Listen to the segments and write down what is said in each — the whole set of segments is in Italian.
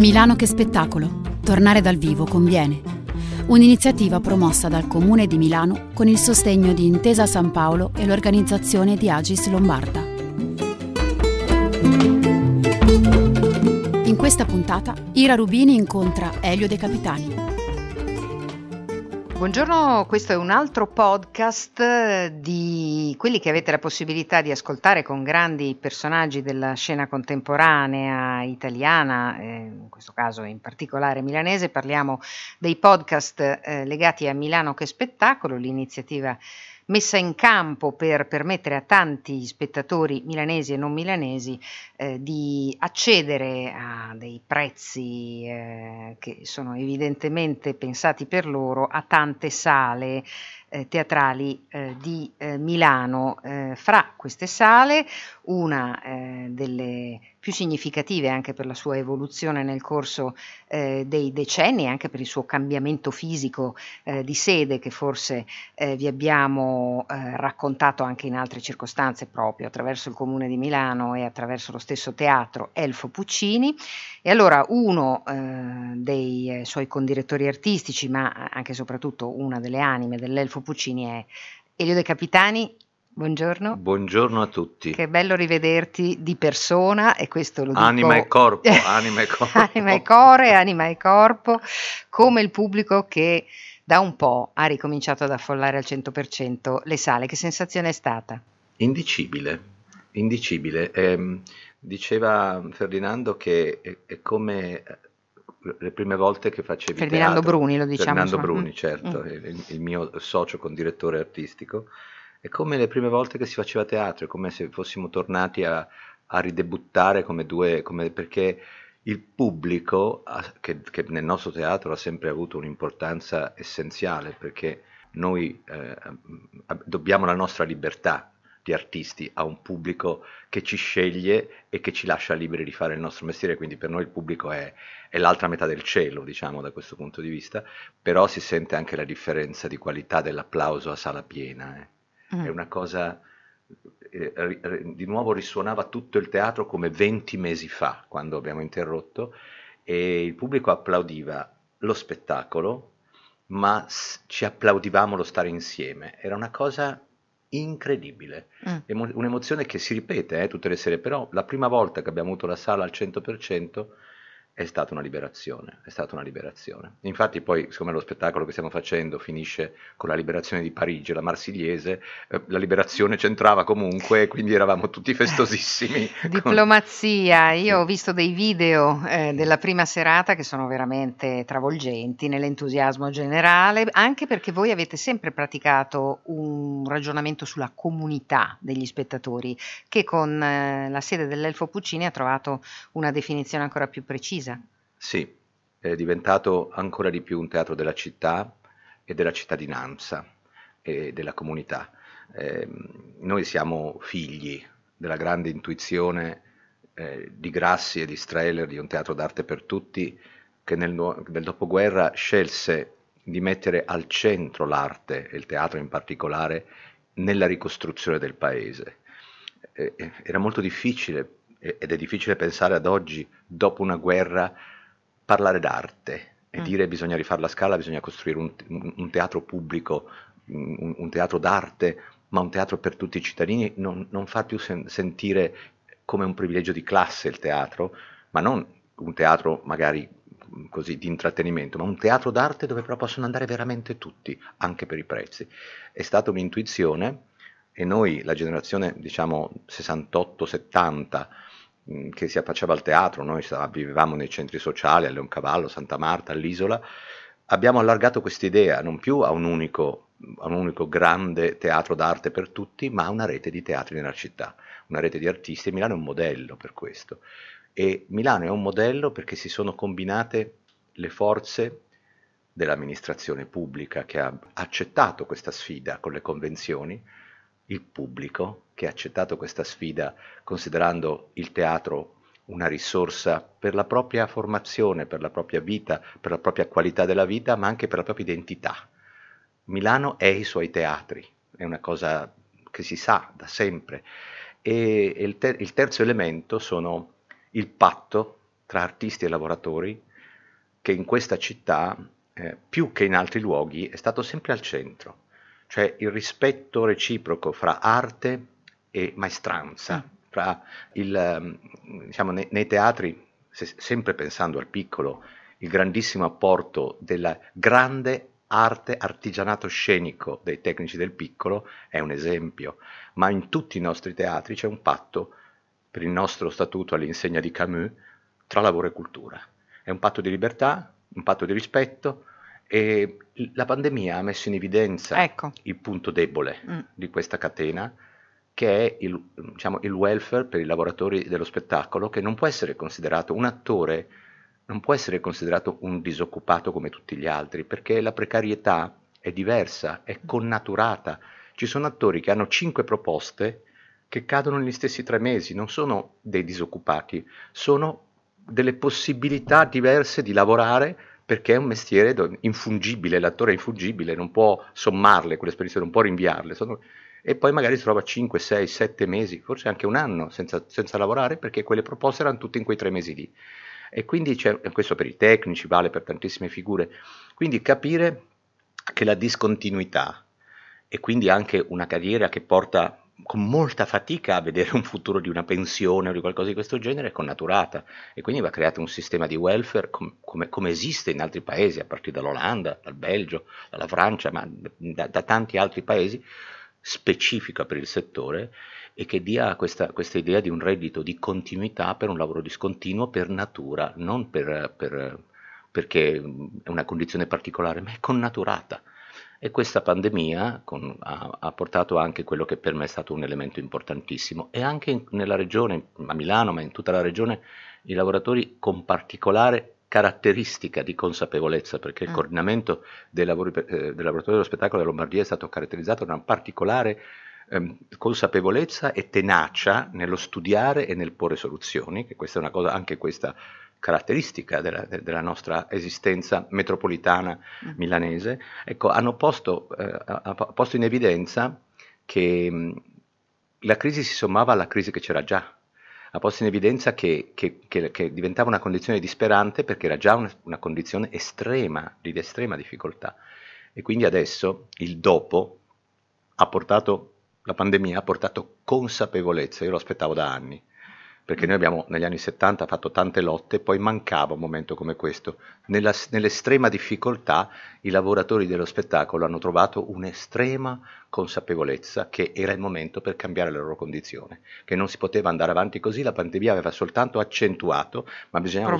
Milano che spettacolo. Tornare dal vivo conviene. Un'iniziativa promossa dal Comune di Milano con il sostegno di Intesa San Paolo e l'organizzazione di Agis Lombarda. In questa puntata Ira Rubini incontra Elio De Capitani. Buongiorno, questo è un altro podcast di quelli che avete la possibilità di ascoltare con grandi personaggi della scena contemporanea italiana, in questo caso in particolare milanese. Parliamo dei podcast legati a Milano che spettacolo, l'iniziativa messa in campo per permettere a tanti spettatori milanesi e non milanesi di accedere a dei prezzi che sono evidentemente pensati per loro a tante sale teatrali di Milano. Fra queste sale, una delle più significative anche per la sua evoluzione nel corso dei decenni, anche per il suo cambiamento fisico di sede che forse vi abbiamo raccontato anche in altre circostanze, proprio attraverso il Comune di Milano e attraverso lo stesso teatro Elfo Puccini. E allora uno dei suoi condirettori artistici, ma anche e soprattutto una delle anime dell'Elfo Puccini, è Elio De Capitani. Buongiorno. Buongiorno a tutti. Che bello rivederti di persona, e questo lo dico. Anima e corpo, anima e corpo. Anima e core, anima e corpo, come il pubblico che da un po' ha ricominciato ad affollare al 100% le sale. Che sensazione è stata? Indicibile. Diceva Ferdinando che è come le prime volte che facevi Ferdinando teatro. Bruni, lo diciamo. Ferdinando Bruni, certo, il mio socio condirettore artistico. È come le prime volte che si faceva teatro, è come se fossimo tornati a ridebuttare perché il pubblico, che nel nostro teatro ha sempre avuto un'importanza essenziale, perché noi dobbiamo la nostra libertà di artisti a un pubblico che ci sceglie e che ci lascia liberi di fare il nostro mestiere, quindi per noi il pubblico è l'altra metà del cielo, diciamo, da questo punto di vista, però si sente anche la differenza di qualità dell'applauso a sala piena. È una cosa, di nuovo risuonava tutto il teatro come 20 mesi fa, quando abbiamo interrotto, e il pubblico applaudiva lo spettacolo, ma ci applaudivamo lo stare insieme. Era una cosa incredibile, un'emozione che si ripete tutte le sere, però la prima volta che abbiamo avuto la sala al 100% è stata una liberazione, Infatti poi, siccome lo spettacolo che stiamo facendo finisce con la liberazione di Parigi, la Marsigliese, la liberazione c'entrava comunque, quindi eravamo tutti festosissimi. Diplomazia, io ho visto dei video della prima serata che sono veramente travolgenti nell'entusiasmo generale, anche perché voi avete sempre praticato un ragionamento sulla comunità degli spettatori, che con la sede dell'Elfo Puccini ha trovato una definizione ancora più precisa. Sì, è diventato ancora di più un teatro della città e della cittadinanza e della comunità. Noi siamo figli della grande intuizione di Grassi e di Strehler di un teatro d'arte per tutti, che nel dopoguerra scelse di mettere al centro l'arte, e il teatro in particolare, nella ricostruzione del paese. Era molto difficile, ed è difficile pensare ad oggi, dopo una guerra, parlare d'arte e dire bisogna rifare la Scala, bisogna costruire un teatro pubblico, un teatro d'arte, ma un teatro per tutti i cittadini, non far più sentire come un privilegio di classe il teatro, ma non un teatro magari così di intrattenimento, ma un teatro d'arte dove però possono andare veramente tutti, anche per i prezzi. È stata un'intuizione, e noi, la generazione diciamo 68-70, che si affacciava al teatro, noi vivevamo nei centri sociali, a Leoncavallo, Santa Marta, all'Isola, abbiamo allargato questa idea non più a un unico grande teatro d'arte per tutti, ma a una rete di teatri nella città, una rete di artisti, e Milano è un modello per questo. E Milano è un modello perché si sono combinate le forze dell'amministrazione pubblica, che ha accettato questa sfida con le convenzioni, il pubblico che ha accettato questa sfida considerando il teatro una risorsa per la propria formazione, per la propria vita, per la propria qualità della vita, ma anche per la propria identità. Milano è i suoi teatri, è una cosa che si sa da sempre. E il terzo elemento sono il patto tra artisti e lavoratori che in questa città, più che in altri luoghi, è stato sempre al centro, cioè il rispetto reciproco fra arte e maestranza, fra diciamo, nei teatri, sempre pensando al piccolo, il grandissimo apporto della grande arte, artigianato scenico dei tecnici del piccolo è un esempio, ma in tutti i nostri teatri c'è un patto, per il nostro statuto all'insegna di Camus, tra lavoro e cultura. È un patto di libertà, un patto di rispetto, e la pandemia ha messo in evidenza il punto debole di questa catena, che è diciamo, il welfare per i lavoratori dello spettacolo, che non può essere considerato un attore, non può essere considerato un disoccupato come tutti gli altri, perché la precarietà è diversa, è connaturata. Ci sono attori che hanno 5 proposte che cadono negli stessi 3 mesi, non sono dei disoccupati, sono delle possibilità diverse di lavorare, perché è un mestiere infungibile, l'attore è infungibile, non può sommarle quelle esperienze, non può rinviarle, e poi magari si trova 5, 6, 7 mesi, forse anche un anno senza lavorare, perché quelle proposte erano tutte in quei 3 mesi lì. E quindi questo per i tecnici, vale per tantissime figure, quindi capire che la discontinuità e quindi anche una carriera che porta con molta fatica a vedere un futuro di una pensione o di qualcosa di questo genere è connaturata, e quindi va creato un sistema di welfare come esiste in altri paesi, a partire dall'Olanda, dal Belgio, dalla Francia, ma da tanti altri paesi, specifica per il settore, e che dia questa idea di un reddito di continuità per un lavoro discontinuo per natura, non perché è una condizione particolare, ma è connaturata. E questa pandemia ha portato anche quello che per me è stato un elemento importantissimo, e anche nella regione, a Milano, ma in tutta la regione, i lavoratori con particolare caratteristica di consapevolezza, perché il coordinamento dei lavoratori dello spettacolo della Lombardia è stato caratterizzato da una particolare consapevolezza e tenacia nello studiare e nel porre soluzioni, che questa è una cosa, anche questa caratteristica della nostra esistenza metropolitana milanese. Ecco, hanno posto in evidenza che la crisi si sommava alla crisi che c'era già, ha posto in evidenza che diventava una condizione disperante, perché era già una condizione estrema, di estrema difficoltà, e quindi adesso il dopo la pandemia ha portato consapevolezza. Io lo aspettavo da anni, perché noi abbiamo negli anni 70 fatto tante lotte, poi mancava un momento come questo. Nell'estrema difficoltà i lavoratori dello spettacolo hanno trovato un'estrema consapevolezza che era il momento per cambiare la loro condizione, che non si poteva andare avanti così, la pandemia aveva soltanto accentuato, ma bisognava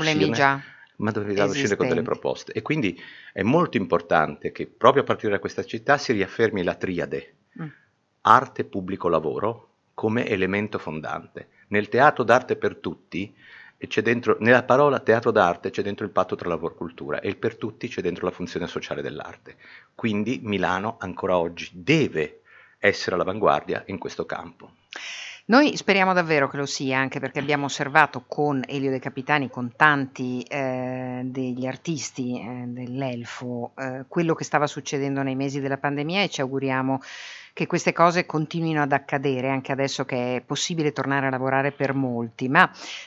uscire con delle proposte. E quindi è molto importante che proprio a partire da questa città si riaffermi la triade arte, pubblico, lavoro come elemento fondante. Nel teatro d'arte per tutti c'è dentro, nella parola teatro d'arte c'è dentro il patto tra lavoro e cultura, e il per tutti c'è dentro la funzione sociale dell'arte. Quindi Milano ancora oggi deve essere all'avanguardia in questo campo. Noi speriamo davvero che lo sia, anche perché abbiamo osservato con Elio De Capitani, con tanti degli artisti dell'Elfo, quello che stava succedendo nei mesi della pandemia, e ci auguriamo che queste cose continuino ad accadere anche adesso che è possibile tornare a lavorare per molti. Ma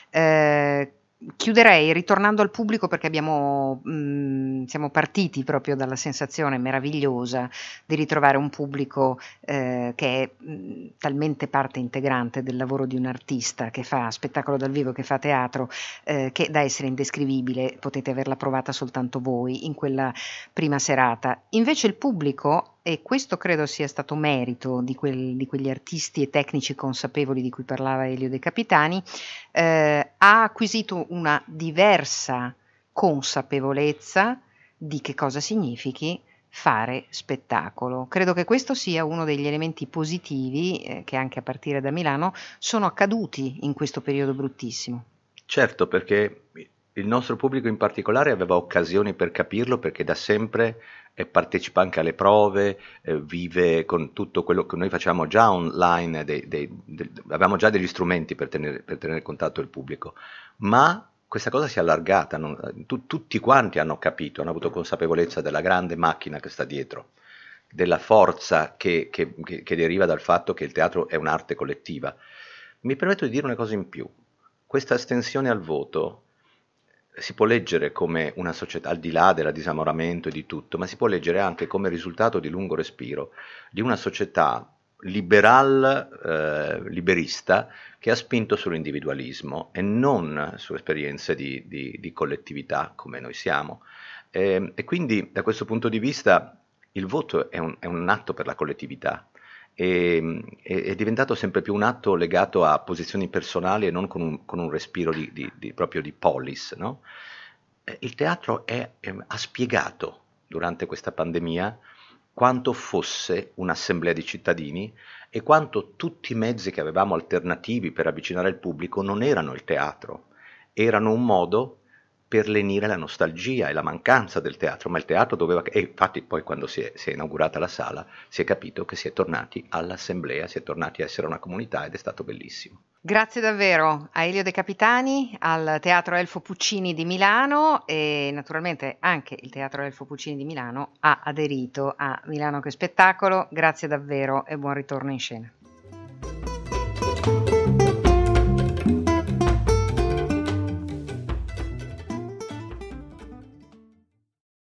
chiuderei ritornando al pubblico, perché siamo partiti proprio dalla sensazione meravigliosa di ritrovare un pubblico che è talmente parte integrante del lavoro di un artista che fa spettacolo dal vivo, che fa teatro, che da essere indescrivibile. Potete averla provata soltanto voi in quella prima serata. Invece il pubblico, e questo credo sia stato merito di quegli artisti e tecnici consapevoli di cui parlava Elio De Capitani, ha acquisito una diversa consapevolezza di che cosa significhi fare spettacolo. Credo che questo sia uno degli elementi positivi che anche a partire da Milano sono accaduti in questo periodo bruttissimo. Certo, perché il nostro pubblico in particolare aveva occasioni per capirlo, perché da sempre partecipa anche alle prove, vive con tutto quello che noi facciamo già online, avevamo già degli strumenti per tenere contatto il pubblico, ma questa cosa si è allargata, tutti quanti hanno capito, hanno avuto consapevolezza della grande macchina che sta dietro, della forza che deriva dal fatto che il teatro è un'arte collettiva. Mi permetto di dire una cosa in più: questa astensione al voto si può leggere come una società, al di là del disamoramento e di tutto, ma si può leggere anche come risultato di lungo respiro di una società liberista che ha spinto sull'individualismo e non su esperienze di collettività come noi siamo. E quindi da questo punto di vista il voto è un atto per la collettività. È diventato sempre più un atto legato a posizioni personali e non con un respiro proprio di polis, no? Il teatro ha spiegato durante questa pandemia quanto fosse un'assemblea di cittadini e quanto tutti i mezzi che avevamo alternativi per avvicinare il pubblico non erano il teatro, erano un modo per lenire la nostalgia e la mancanza del teatro, ma il teatro doveva, e infatti poi quando si è inaugurata la sala si è capito che si è tornati all'assemblea, si è tornati a essere una comunità ed è stato bellissimo. Grazie davvero a Elio De Capitani, al Teatro Elfo Puccini di Milano, e naturalmente anche il Teatro Elfo Puccini di Milano ha aderito a Milano che Spettacolo. Grazie davvero e buon ritorno in scena.